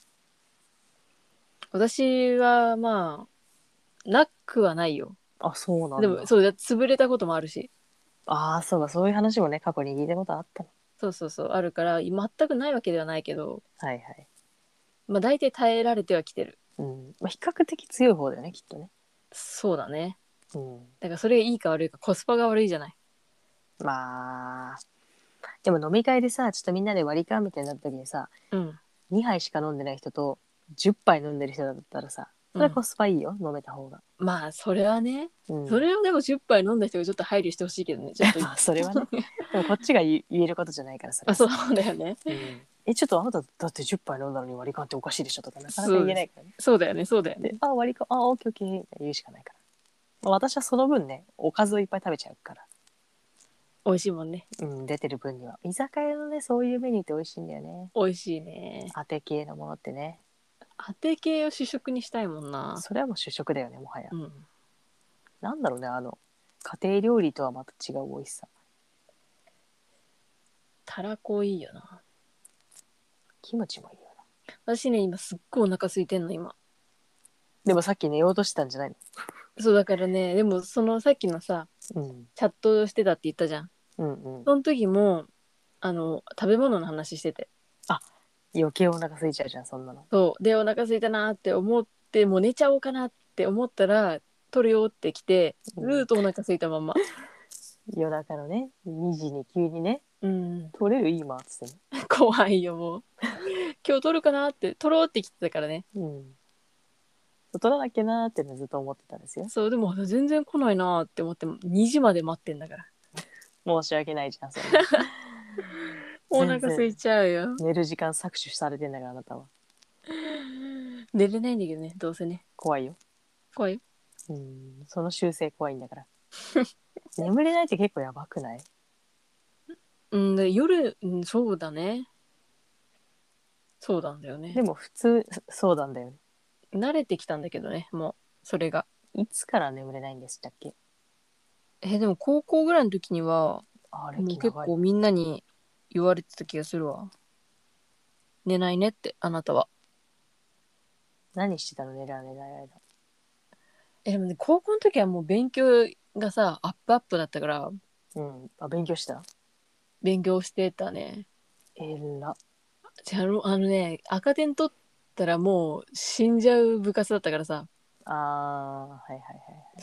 私は、まあ、なくはないよ。 あ、そうなでも、 んだ。 そうだ、潰れたこともあるし。 ああ、そうだ、そういう話もね、過去に聞いたことあったの。 そうそうそう、あるから、全くないわけではないけど、 はいはい。 まあ、大体耐えられてはきてる。 うん。まあ、比較的強い方だよね、きっとね。 そうだね。 うん。 だからそれがいいか悪いかコスパが悪いじゃない。 まあ、でも飲み会でさ、ちょっとみんなで割り勘みたいになった時にさ、 うん。 にはいしか飲んでない人とじゅっぱい飲んでる人だったらさ、それはコスパいいよ、飲めた方が。 まあそれはね、 うん。 それをでもじゅっぱい飲んだ人がちょっと配慮してほしいけどね、ちょっとまあそれはね。でもこっちが言言えることじゃないから、それあ、そはさ。 うだよね。 うん。え、ちょっとあなただってじゅっぱい飲んだのに割り勘っておかしいでしょとかなかなかそうです。 言えないからね。 そうだよね、そうだよで、 ね。 あ、割り勘、あ、オッケーオッケーって言うしかないから。まあ、私はその分ね、おかずをいっぱい食べちゃうから。 美味しいもんね。 うん、出てる分には。居酒屋のね、そういうメニューって美味しいんだよね。 美味しいね。 当て系のものってね。 当て系を主食にしたいもんな。 それはもう主食だよね、もはや。 うん。 なんだろうね、あの、家庭料理とはまた違う美味しさ。 たらこいいよな。 キムチもいいよな。 私ね、今すっごいお腹空いてんの、今。 でもさっき寝ようとしてたんじゃないの？ そうだからね、でもそのさっきのさ、 うん。 チャットしてたって言ったじゃん。 うんうん。 その時も、あの、食べ物の話してて。 あ、余計お腹空いちゃうじゃん、そんなの。 そう。で、お腹空いたなって思って、もう寝ちゃおうかなって思ったら、取るよって来て、ずーっとお腹空いたまま。 夜中のね、にじに急にね、 うん。 取れる今っつってね。 怖いよ、もう。今日取るかなって、取ろうって来てたからね。 うん。取らなきゃなーってね、ずっと思ってたんですよ。 そう、でも全然来ないなって思って、にじまで待ってんだから。 申し訳ないじゃん、それ。 お全然腹空いちゃうよ。 寝る時間搾取されてんだから、あなたは。 寝れないんだけどね、どうせね。 怖いよ。 怖いよ。 うん、その習性怖いんだから。眠れないって結構やばくない？ うん、で夜、うん、そうだね。そうなんだよね。 でも普通そうなんだよね。 慣れてきたんだけどね、もう、それが。 いつから眠れないんでしたっけ？ えでも高校ぐらいの時にはあれ、 もう結長い。 構みんなに言われてた気がするわ。寝ないねってあなたは。 何してたの？寝られない間。 えでもね高校の時はもう勉強がさアップアップだったからうん。あ、勉強した？ 勉強してたね。 えら。 じゃああのね赤点取ったらもう死んじゃう部活だったからさ。 あー、はいはいはい。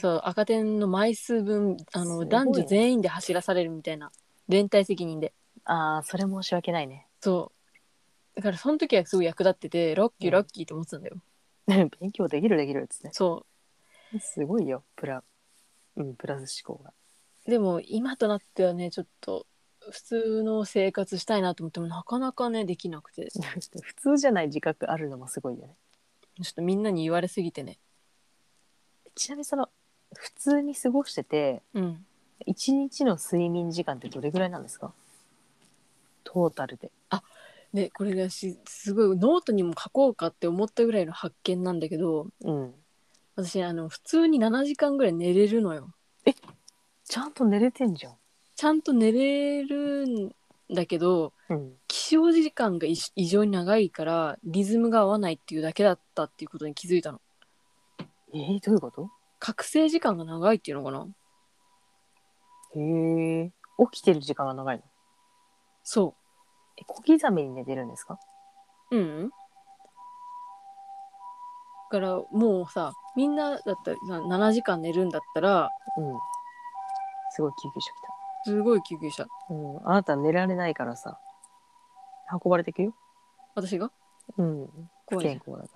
そう赤点の枚数分あの男女すごいね。 全員で走らされるみたいな連帯責任で。 あー、それ申し訳ないね。 そうだからその時はすごい役立っててラッキーうん。 ラッキーって思ってたんだよ。 勉強できるできるっつって。 そすごいよ。プラ、うん、プラス思考が。 うでも今となってはねちょっと普通の生活したいなと思ってもなかなかねできなくて普通じゃない自覚あるのもすごいよね。 ちょっとみんなに言われすぎてね。 ちなみにその、普通に過ごしてて、 うん一日の睡眠時間ってどれぐらいなんですか？トータルで。 でこれがしすごいノートにも書こうかって思ったぐらいの発見なんだけどうん。 私あの普通にななじかんぐらい寝れるのよ。 ちゃんと寝れてんじゃん。 ちゃんと寝れるんだけどうん。 起床時間が異常に長いからリズムが合わないっていうだけだったっていうことに気づいたの。 えー、どういうこと？ 覚醒時間が長いっていうのかな。 へえ。起きてる時間が長いの？ そえ、小刻みに寝てるんですか？ ううんだからもうさみんなだったらさななじかん寝るんだったらうん。すごい救急車来すごい救急車。 た。うん。あなた寝られないからさ、運ばれてくよ。 私がうん。不健怖いじゃ康だから。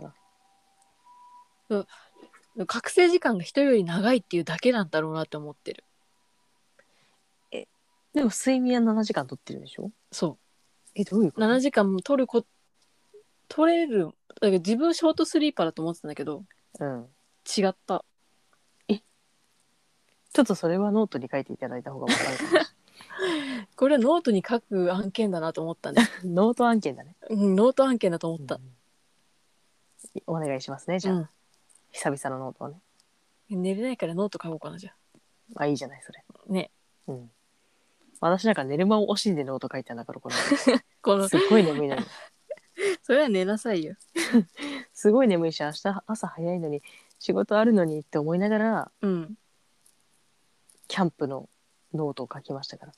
ん。覚醒時間が人より長いっていうだけなんだろうなって思ってる。 え、でも睡眠はななじかん取ってるでしょ？ そえ、どういううこと？ ななじかんも取るこ取れるだから自分ショートスリーパーだと思ってたんだけどうん。 違った。 え、ちょっとそれはノートに書いていただいた方がわかるかもしこれはノートに書く案件だなと思ったね。 れない。ノート案件だね。 うん、ノート案件だと思っうん。 た。 お願いしますね、じゃあ。 うん久々のノートをね。 寝れないからノート書こうかなじゃあ、いいじゃない、それ。 あね。 うん。私なんか寝る間を惜しんでノート書いたんだから、このこのすっごい眠いのに。 それは寝なさいよ。 すごい眠いし、明日朝早いのに、仕事あるのにって思いながら、 うんキャンプのノートを書きましたから。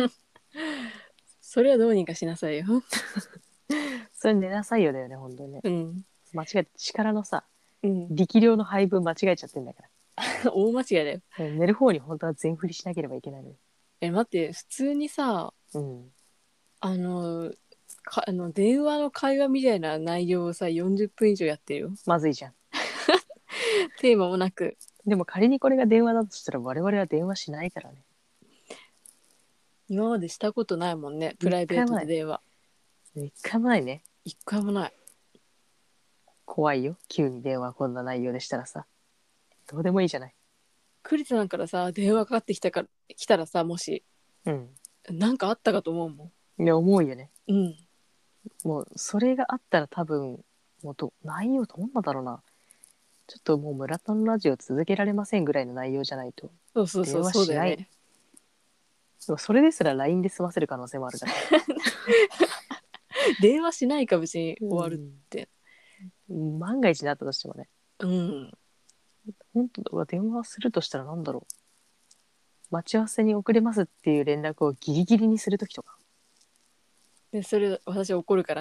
それはどうにかしなさいよ。 それ寝なさいよだよね、本当にね。 うん間違えて力のさ、 うん力量の配分間違えちゃってんだか大間違いだよ。 ら。寝る方に本当は全振りしなければいけないのに。 え待って普通にさうん。 あのかあの電話の会話みたいな内容をさよんじゅっぷん以上やってるよ。 まずいじゃん。 テーマもなく。 でも仮にこれが電話だとしたら我々は電話しないからね。 今までしたことないもんねプライベートで電話。 一回もないね。 一回もない。 怖いよ。急に電話こんな内容でしたらさ。どうでもいいじゃない。 クリスさんからさ電話かかってきたから来たらさもしうん。 なんかあったかと思うもいや、思うよね。 ん。うんもう、それがあったら多分、もうど、内容どんなだろうな。ちょっともう村田のラジオ続けられませんぐらいの内容じゃないとそうそうそう電話しない。 そうだよね。 でもそれですら ライン で済ませる可能性もあるから。 電話しないか別に終わるって。 うん、万が一になったとしてもね。 うん本当は電話するとしたらなんだろう。待ち合わせに遅れますっていう連絡をギリギリにするときとか。 でそれ私怒るから。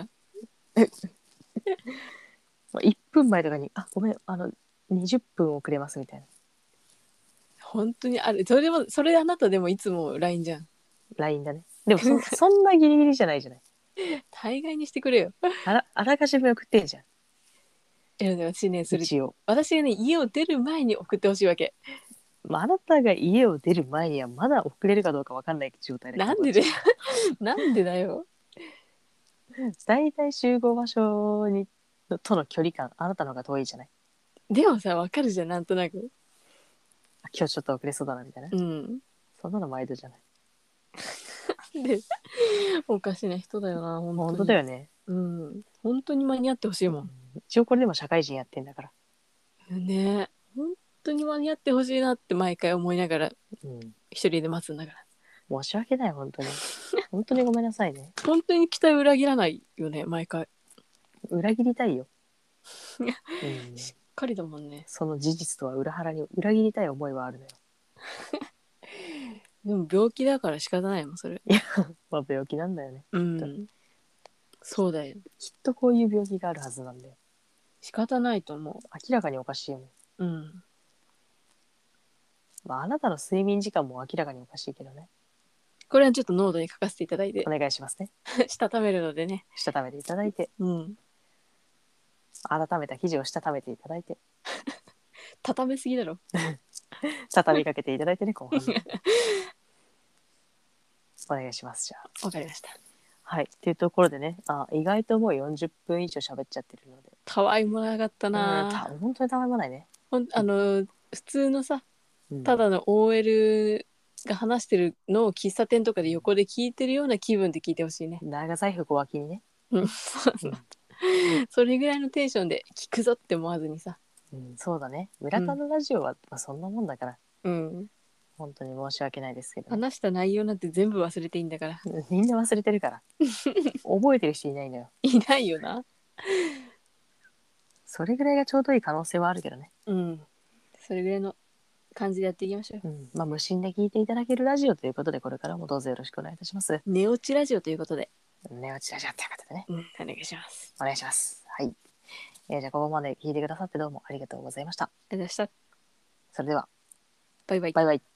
まあいっぷんまえとかに、あ、ごめん、あの、にじゅっぷん遅れますみたいな。 本当にあれそれでもそれあなたでもいつも ライン じゃん。 ライン だね。でもそ、そんなギリギリじゃないじゃない。 大概にしてくれよ。 あら、あらかじめ送ってんじゃん。 いやでも私ねそれ一応。 私がね家を出る前に送ってほしいわけ。 まあ、あなたが家を出る前にはまだ遅れるかどうかわかんない状態だけど。 なんでだよなんでだよ。 大体集合場所にとの距離感、あなたの方が遠いじゃない。 でもさわかるじゃんなんとなく。 あ、今日ちょっと遅れそうだなみたいな。 うんそんなの毎度じゃない。 でおかしな人だよな本当に。 本当だよね。 うん本当に間に合ってほしいもん。 うん、一応これでも社会人やってんだから。 ねえ本当に間に合ってほしいなって毎回思いながらうん、 一人で待つんだから。 申し訳ない本当に本当にごめんなさいね。 本当に期待を裏切らないよね毎回。 裏切りたいよ、うん、 しっかりだもんね。 その事実とは裏腹に裏切りたい思いはあるのよ。 でも病気だから仕方ないもんそれ。 いやまあ病気なんだよね、 うきっとん。そうだよ。 きっとこういう病気があるはずなんだよ。 仕方ないと思明らかにおかしいもん。 う。うん。 まああなたの睡眠時間も明らかにおかしいけどね。 これはちょっとノートに書かせていただいてお願いしますね。 したためるのでね。 したためていただいて、 うん。 温めた生地をしたためていただいて、 畳めすぎだろ。 畳みかけていただいてね、後半ね。お願いします、じゃあ。 わかりました。 はい。っていうところでね、あ、意外ともうよんじゅっぷん以上喋っちゃってるので。 たわいもなかったうん、 な。 た本当にたまらないね。 ほんあの普通のさ、 うん、 ただの オーエル が話してるのを喫茶店とかで横で聞いてるような気分で聞いてほしいね。 長財布小脇にね。 うんそうそうそれぐらいのテンションで聞くぞって思わずにさ。 うん、そうだね。村田のラジオは、まあ、そんなもんだから、 うん。 本当に申し訳ないですけど、ね、 話した内容なんて全部忘れていいんだから。 みんな忘れてるから。覚えてる人いないのよ。 いないよな。 それぐらいがちょうどいい可能性はあるけどね。 うん。それぐらいの感じでやっていきましょう。 うん、まあ無心で聞いていただけるラジオということで、これからもどうぞよろしくお願いいたします。 寝落ちラジオということで。 寝落ちラジオということでね。 うん。お願いします。 お願いします。はい。えーじゃあここまで聞いてくださってどうもありがとうございました。 ありがとうございました。 それでは、 バイバイ。 バイバイ。